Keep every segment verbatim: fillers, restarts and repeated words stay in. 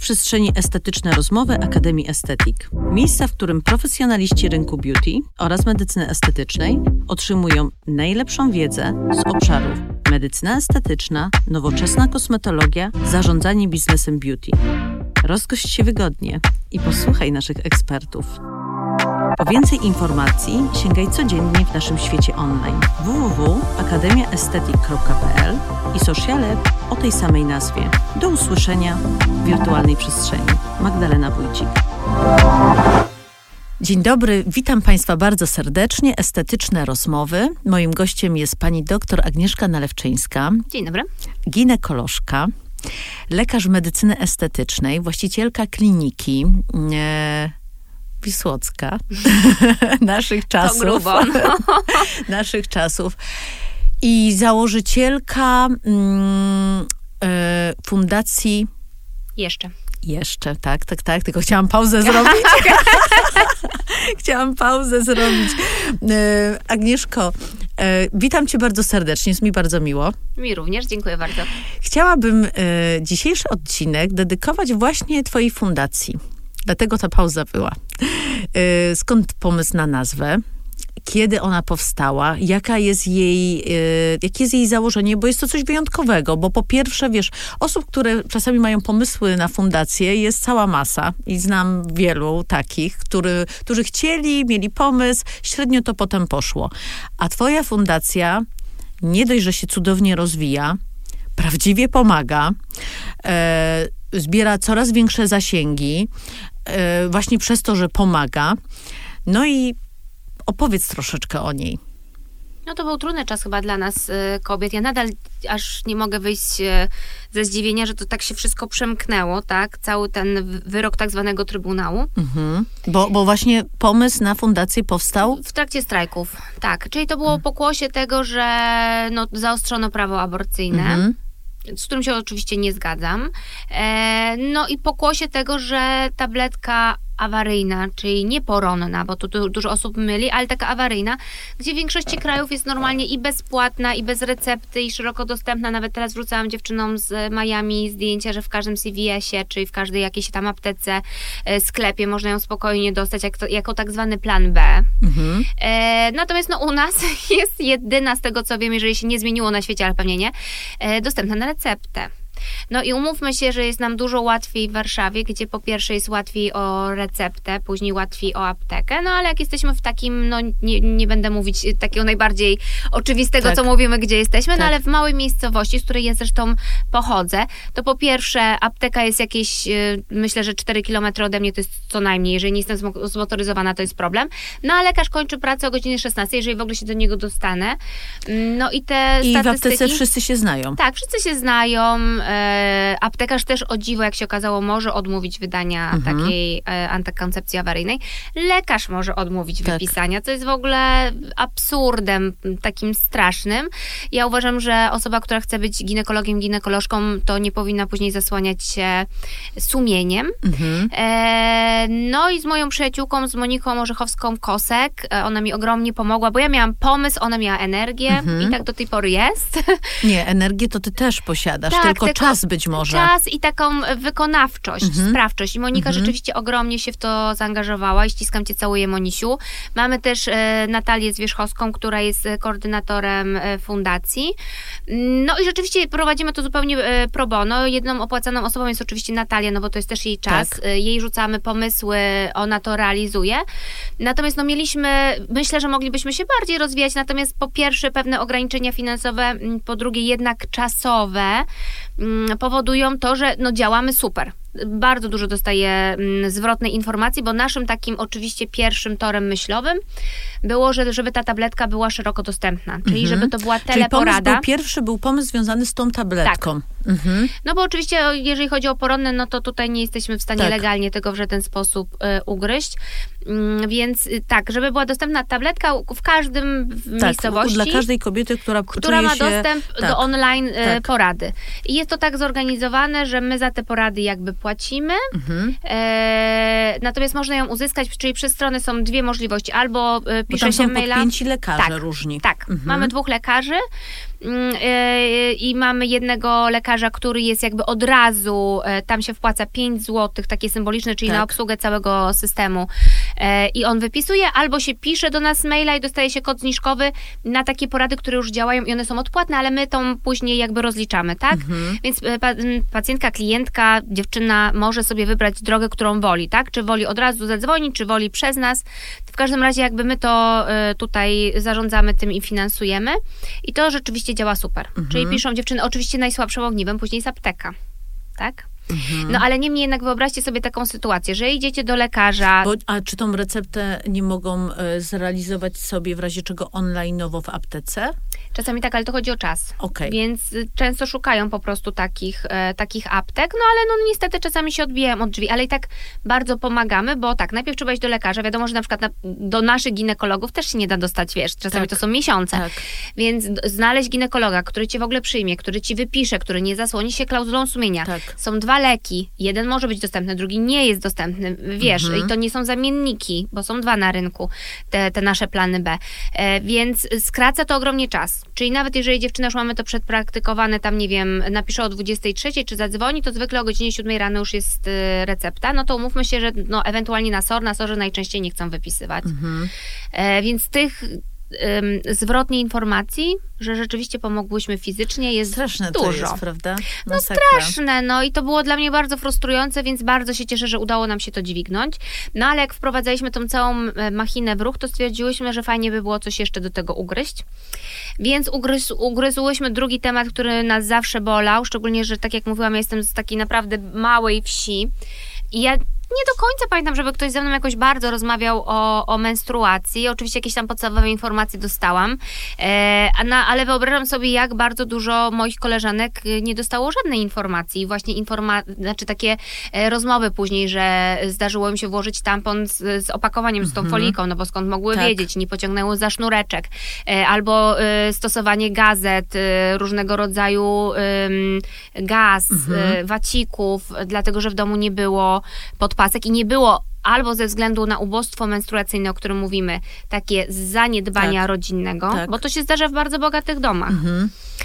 przestrzeni estetyczne rozmowy Akademii Estetik. Miejsca, w którym profesjonaliści rynku beauty oraz medycyny estetycznej otrzymują najlepszą wiedzę z obszarów medycyna estetyczna, nowoczesna kosmetologia, zarządzanie biznesem beauty. Rozgość się wygodnie i posłuchaj naszych ekspertów. Po więcej informacji sięgaj codziennie w naszym świecie online w w w kropka akademia estetyk kropka p l i sociale o tej samej nazwie. Do usłyszenia w wirtualnej przestrzeni. Magdalena Wójcik. Dzień dobry, witam Państwa bardzo serdecznie. Estetyczne rozmowy. Moim gościem jest pani doktor Agnieszka Nalewczyńska. Dzień dobry. Ginekolożka, lekarz medycyny estetycznej, właścicielka kliniki e, Wisłocka naszych czasów. To grubo, no. naszych czasów. I założycielka mm, e, fundacji... Jeszcze. Jeszcze, tak, tak, tak. Tylko chciałam pauzę zrobić. chciałam pauzę zrobić. E, Agnieszko, e, witam cię bardzo serdecznie. Jest mi bardzo miło. Mi również, dziękuję bardzo. Chciałabym e, dzisiejszy odcinek dedykować właśnie twojej fundacji. Dlatego ta pauza była. E, skąd pomysł na nazwę? Kiedy ona powstała, jaka jest jej, y, jakie jest jej założenie, bo jest to coś wyjątkowego, bo po pierwsze, wiesz, osób, które czasami mają pomysły na fundację, jest cała masa i znam wielu takich, który, którzy chcieli, mieli pomysł, średnio to potem poszło. A twoja fundacja nie dość, że się cudownie rozwija, prawdziwie pomaga, e, zbiera coraz większe zasięgi, e, właśnie przez to, że pomaga. No i opowiedz troszeczkę o niej. No to był trudny czas chyba dla nas, y, kobiet. Ja nadal aż nie mogę wyjść y, ze zdziwienia, że to tak się wszystko przemknęło, tak? Cały ten wyrok tak zwanego Trybunału. Mhm. Bo, bo właśnie pomysł na fundację powstał? W trakcie strajków, tak. Czyli to było pokłosie tego, że no, zaostrzono prawo aborcyjne. Mhm. Z którym się oczywiście nie zgadzam. E, no i pokłosie tego, że tabletka awaryjna, czyli nie poronna, bo tu, tu dużo osób myli, ale taka awaryjna, gdzie w większości krajów jest normalnie i bezpłatna, i bez recepty, i szeroko dostępna. Nawet teraz wrzucałam dziewczynom z Miami zdjęcia, że w każdym C V S-ie, czy w każdej jakiejś tam aptece, sklepie można ją spokojnie dostać jak to, jako tak zwany plan B. Mhm. E, natomiast no, u nas jest jedyna, z tego co wiem, jeżeli się nie zmieniło na świecie, ale pewnie nie, e, dostępna na receptę. No i umówmy się, że jest nam dużo łatwiej w Warszawie, gdzie po pierwsze jest łatwiej o receptę, później łatwiej o aptekę, no ale jak jesteśmy w takim, no nie, nie będę mówić takiego najbardziej oczywistego, tak, co mówimy, gdzie jesteśmy, tak, no ale w małej miejscowości, z której ja zresztą pochodzę, to po pierwsze apteka jest jakieś, myślę, że cztery kilometry ode mnie to jest co najmniej, jeżeli nie jestem zmotoryzowana, to jest problem, no a lekarz kończy pracę o godzinie szesnastej, jeżeli w ogóle się do niego dostanę. No i te I statystyki... w aptece wszyscy się znają. Tak, wszyscy się znają. Aptekarz też, o dziwo, jak się okazało, może odmówić wydania mhm. takiej e, antykoncepcji awaryjnej. Lekarz może odmówić tak. wypisania, co jest w ogóle absurdem takim strasznym. Ja uważam, że osoba, która chce być ginekologiem, ginekolożką, to nie powinna później zasłaniać się sumieniem. Mhm. E, no i z moją przyjaciółką, z Moniką Orzechowską-Kosek, e, ona mi ogromnie pomogła, bo ja miałam pomysł, ona miała energię mhm. i tak do tej pory jest. Nie, energię to ty też posiadasz, tak, tylko czas być może. Czas i taką wykonawczość, mhm. sprawczość. I Monika mhm. rzeczywiście ogromnie się w to zaangażowała i ściskam cię, całuję, Monisiu. Mamy też e, Natalię Zwierzchowską, która jest koordynatorem e, fundacji. No i rzeczywiście prowadzimy to zupełnie e, pro bono. Jedną opłacaną osobą jest oczywiście Natalia, no bo to jest też jej czas. Tak. E, jej rzucamy pomysły, ona to realizuje. Natomiast no mieliśmy, myślę, że moglibyśmy się bardziej rozwijać, natomiast po pierwsze pewne ograniczenia finansowe, po drugie jednak czasowe, powodują to, że no działamy super. Bardzo dużo dostaję zwrotnej informacji, bo naszym takim oczywiście pierwszym torem myślowym było, że, żeby ta tabletka była szeroko dostępna. Czyli żeby to była teleporada. Czyli pomysł był pierwszy był pomysł związany z tą tabletką. Tak. Mhm. No bo oczywiście, jeżeli chodzi o poronne, no to tutaj nie jesteśmy w stanie tak. legalnie tego w żaden sposób y, ugryźć. Mm, więc y, tak, żeby była dostępna tabletka w każdym w tak, miejscowości. Dla każdej kobiety, która która ma się... dostęp tak. do online y, tak. porady. I jest to tak zorganizowane, że my za te porady jakby płacimy. Mhm. E, natomiast można ją uzyskać, czyli przez stronę są dwie możliwości. Albo y, pisze się maila. Bo tam są podpięci lekarze tak, różni. Tak, mhm. mamy dwóch lekarzy. i mamy jednego lekarza, który jest jakby od razu, tam się wpłaca pięć złotych, takie symboliczne, czyli tak. na obsługę całego systemu i on wypisuje, albo się pisze do nas maila i dostaje się kod zniżkowy na takie porady, które już działają i one są odpłatne, ale my tą później jakby rozliczamy, tak? Mhm. Więc pacjentka, klientka, dziewczyna może sobie wybrać drogę, którą woli, tak? Czy woli od razu zadzwonić, czy woli przez nas. W każdym razie jakby my to tutaj zarządzamy tym i finansujemy i to rzeczywiście działa super. Mhm. Czyli piszą dziewczyny, oczywiście najsłabszym ogniwem później jest apteka, tak? Mhm. No ale niemniej jednak wyobraźcie sobie taką sytuację, że idziecie do lekarza. Bo, a czy tą receptę nie mogą y, zrealizować sobie w razie czego online'owo w aptece? Czasami tak, ale to chodzi o czas. Okay. Więc y, często szukają po prostu takich, y, takich aptek, no ale no niestety czasami się odbijają od drzwi, ale i tak bardzo pomagamy, bo tak, najpierw trzeba iść do lekarza. Wiadomo, że na przykład na, do naszych ginekologów też się nie da dostać, wiesz, czasami tak. to są miesiące. Tak. Więc d- znaleźć ginekologa, który cię w ogóle przyjmie, który ci wypisze, który nie zasłoni się klauzulą sumienia. Tak. Są dwa leki. Jeden może być dostępny, drugi nie jest dostępny, wiesz, mhm. i to nie są zamienniki, bo są dwa na rynku, te, te nasze plany B. E, więc skraca to ogromnie czas. Czyli nawet jeżeli dziewczyna już mamy to przedpraktykowane, tam nie wiem, napisze o dwudziestej trzeciej, czy zadzwoni, to zwykle o godzinie siódmej rano już jest y, recepta, no to umówmy się, że no, ewentualnie na S O R, na S O R-ze najczęściej nie chcą wypisywać. Mhm. E, więc tych Ym, zwrotnie informacji, że rzeczywiście pomogłyśmy fizycznie, jest straszne dużo. To jest, prawda? No straszne, no i to było dla mnie bardzo frustrujące, więc bardzo się cieszę, że udało nam się to dźwignąć. No ale jak wprowadzaliśmy tą całą machinę w ruch, to stwierdziłyśmy, że fajnie by było coś jeszcze do tego ugryźć. Więc ugryz, ugryzłyśmy drugi temat, który nas zawsze bolał, szczególnie, że tak jak mówiłam, ja jestem z takiej naprawdę małej wsi i ja nie do końca pamiętam, żeby ktoś ze mną jakoś bardzo rozmawiał o, o menstruacji. Oczywiście jakieś tam podstawowe informacje dostałam, e, na, ale wyobrażam sobie, jak bardzo dużo moich koleżanek nie dostało żadnej informacji. Właśnie informa- znaczy takie e, rozmowy później, że zdarzyło im się włożyć tampon z, z opakowaniem, mhm. z tą foliką, no bo skąd mogły tak. wiedzieć, nie pociągnęły za sznureczek. E, albo e, stosowanie gazet, e, różnego rodzaju e, gaz, mhm. e, wacików, dlatego, że w domu nie było podpasek i nie było albo ze względu na ubóstwo menstruacyjne, o którym mówimy, takie zaniedbania tak, rodzinnego, tak. bo to się zdarza w bardzo bogatych domach. Mhm.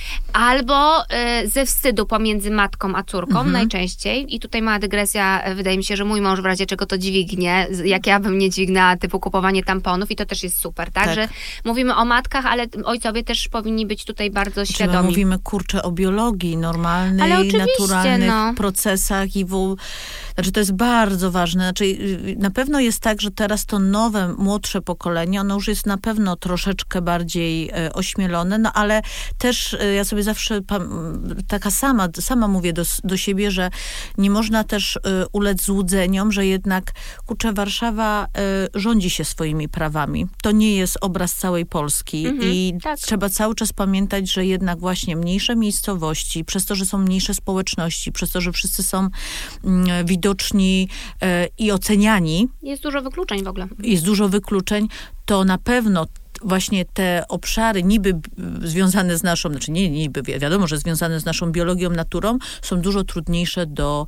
Albo y, ze wstydu pomiędzy matką a córką mhm. najczęściej. I tutaj mała dygresja, wydaje mi się, że mój mąż w razie czego to dźwignie, jak ja bym nie dźwignęła, typu kupowanie tamponów i to też jest super, tak? tak. Że mówimy o matkach, ale ojcowie też powinni być tutaj bardzo świadomi. My mówimy, kurczę, o biologii normalnej, naturalnych no. procesach i w... Znaczy to jest bardzo ważne. Znaczy na pewno jest tak, że teraz to nowe, młodsze pokolenie, ono już jest na pewno troszeczkę bardziej e, ośmielone, no ale też e, ja sobie zawsze taka sama, sama mówię do, do siebie, że nie można też e, ulec złudzeniom, że jednak, kurczę, Warszawa e, rządzi się swoimi prawami. To nie jest obraz całej Polski mhm, i tak. trzeba cały czas pamiętać, że jednak właśnie mniejsze miejscowości, przez to, że są mniejsze społeczności, przez to, że wszyscy są mm, widoczni e, i oceniani. Jest dużo wykluczeń w ogóle. Jest dużo wykluczeń, to na pewno właśnie te obszary niby związane z naszą, znaczy nie niby, wiadomo, że związane z naszą biologią, naturą, są dużo trudniejsze do,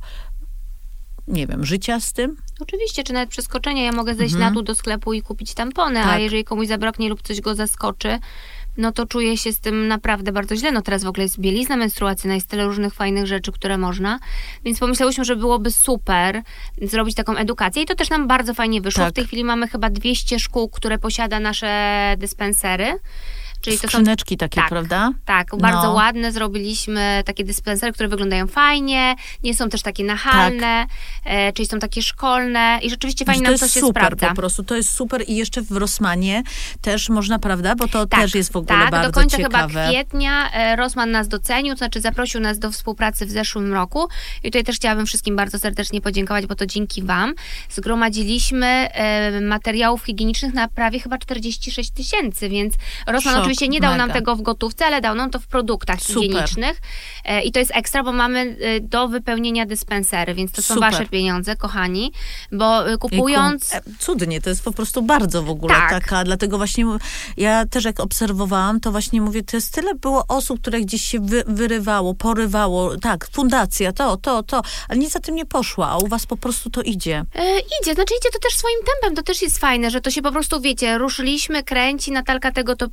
nie wiem, życia z tym. Oczywiście, czy nawet przeskoczenia. Ja mogę zejść mhm. na dół do sklepu i kupić tampony, tak. a jeżeli komuś zabraknie lub coś go zaskoczy, no to czuję się z tym naprawdę bardzo źle. No teraz w ogóle jest bielizna menstruacyjna, jest tyle różnych fajnych rzeczy, które można. Więc pomyślałyśmy, że byłoby super zrobić taką edukację i to też nam bardzo fajnie wyszło. Tak. W tej chwili mamy chyba dwieście szkół, które posiada nasze dyspensery. Czyli skrzyneczki to są, takie, tak, prawda? Tak, bardzo no. ładne. Zrobiliśmy takie dyspensery, które wyglądają fajnie, nie są też takie nachalne, tak. e, czyli są takie szkolne i rzeczywiście fajnie nam to się super, sprawdza. Po prostu to jest super i jeszcze w Rossmanie też można, prawda? Bo to tak, też jest w ogóle tak, bardzo do końca ciekawe. chyba kwietnia e, Rossmann nas docenił, to znaczy zaprosił nas do współpracy w zeszłym roku i tutaj też chciałabym wszystkim bardzo serdecznie podziękować, bo to dzięki wam zgromadziliśmy e, materiałów higienicznych na prawie chyba czterdzieści sześć tysięcy, więc Rossmann Szok, oczywiście nie dał mega. nam tego w gotówce, ale dał nam to w produktach Super. higienicznych e, i to jest ekstra, bo mamy e, do wypełnienia dyspensery, więc to Super. są wasze pieniądze, kochani, bo e, kupując... Jejku, cudnie, to jest po prostu bardzo w ogóle tak. taka, dlatego właśnie ja też jak obserwowałam, to właśnie mówię, to jest tyle było osób, które gdzieś się wy, wyrywało, porywało, tak, fundacja, to, to, to, ale nic za tym nie poszło, a u was po prostu to idzie. E, idzie, znaczy idzie to też swoim tempem, to też jest fajne, że to się po prostu, wiecie, ruszyliśmy, kręci, Natalka tego, to, tego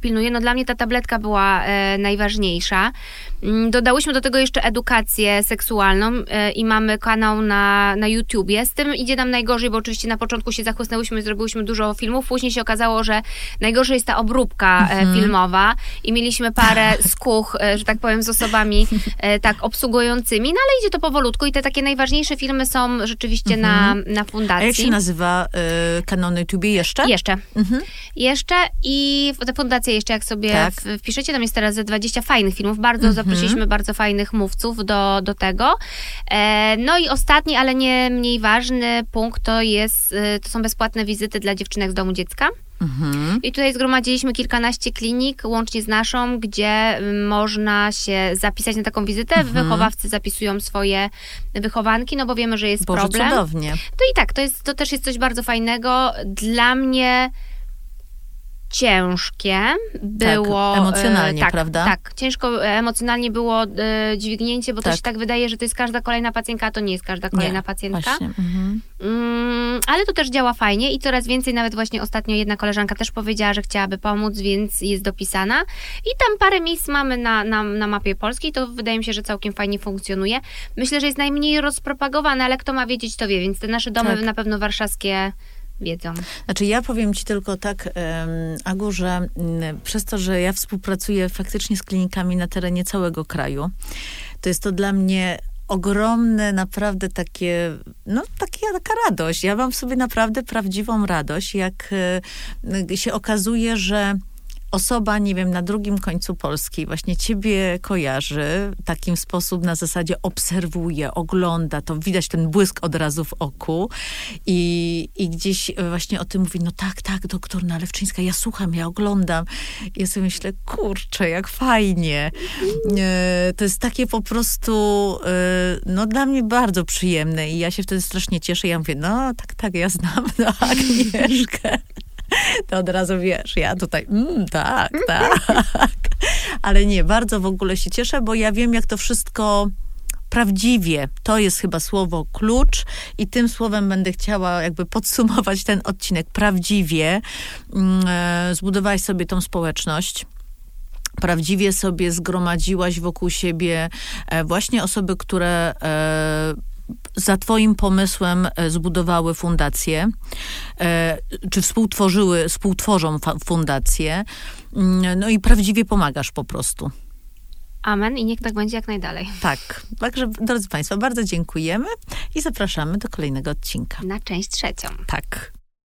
pilnuję. No dla mnie ta tabletka była e, najważniejsza. Dodałyśmy do tego jeszcze edukację seksualną e, i mamy kanał na, na YouTubie. Z tym idzie nam najgorzej, bo oczywiście na początku się zachłysnęłyśmy, zrobiłyśmy dużo filmów, później się okazało, że najgorzej jest ta obróbka e, filmowa i mieliśmy parę skuch, e, że tak powiem, z osobami e, tak obsługującymi, no ale idzie to powolutku i te takie najważniejsze filmy są rzeczywiście na, na fundacji. A jak się nazywa y, kanał na YouTubie jeszcze? Jeszcze. Mhm. Jeszcze i tę fundację jeszcze jak sobie tak. w, wpiszecie, tam jest teraz ze dwadzieścia fajnych filmów, bardzo mhm. zaprosiliśmy bardzo fajnych mówców do, do tego. E, no i ostatni, ale nie mniej ważny punkt to jest, to są bezpłatne wizyty dla dziewczynek z domu dziecka. Mhm. I tutaj zgromadziliśmy kilkanaście klinik, łącznie z naszą, gdzie można się zapisać na taką wizytę. Mhm. Wychowawcy zapisują swoje wychowanki, no bo wiemy, że jest Boże, problem. Cudownie. To i tak, to, jest, to też jest coś bardzo fajnego. Dla mnie ciężkie było... Tak, emocjonalnie, e, tak, prawda? Tak, ciężko emocjonalnie było e, dźwignięcie, bo tak. to się tak wydaje, że to jest każda kolejna pacjentka, a to nie jest każda kolejna nie, pacjentka. Mhm. Mm, ale to też działa fajnie i coraz więcej, nawet właśnie ostatnio jedna koleżanka też powiedziała, że chciałaby pomóc, więc jest dopisana. I tam parę miejsc mamy na, na, na mapie polskiej, to wydaje mi się, że całkiem fajnie funkcjonuje. Myślę, że jest najmniej rozpropagowane, ale kto ma wiedzieć, to wie, więc te nasze domy tak. na pewno warszawskie wiedzą. Znaczy ja powiem ci tylko tak, um, Agu, że m, przez to, że ja współpracuję faktycznie z klinikami na terenie całego kraju, to jest to dla mnie ogromne, naprawdę takie, no takie, taka radość. Ja mam w sobie naprawdę prawdziwą radość, jak y, się okazuje, że osoba, nie wiem, na drugim końcu Polski właśnie ciebie kojarzy w takim sposób, na zasadzie obserwuje, ogląda, to widać ten błysk od razu w oku i, i gdzieś właśnie o tym mówi, no tak, tak, doktor Nalewczyńska, ja słucham, ja oglądam. I ja sobie myślę, kurczę, jak fajnie. E, to jest takie po prostu, e, no dla mnie bardzo przyjemne i ja się wtedy strasznie cieszę. Ja mówię, no tak, tak, ja znam no, Agnieszkę. To od razu wiesz, ja tutaj, mm, tak, tak. Ale nie, bardzo w ogóle się cieszę, bo ja wiem, jak to wszystko prawdziwie, to jest chyba słowo klucz i tym słowem będę chciała jakby podsumować ten odcinek. Prawdziwie e, zbudowałaś sobie tą społeczność. Prawdziwie sobie zgromadziłaś wokół siebie e, właśnie osoby, które e, za twoim pomysłem zbudowały fundację, czy współtworzyły, współtworzą fundację, no i prawdziwie pomagasz po prostu. Amen i niech tak będzie jak najdalej. Tak. Także, drodzy Państwo, bardzo dziękujemy i zapraszamy do kolejnego odcinka. Na część trzecią. Tak.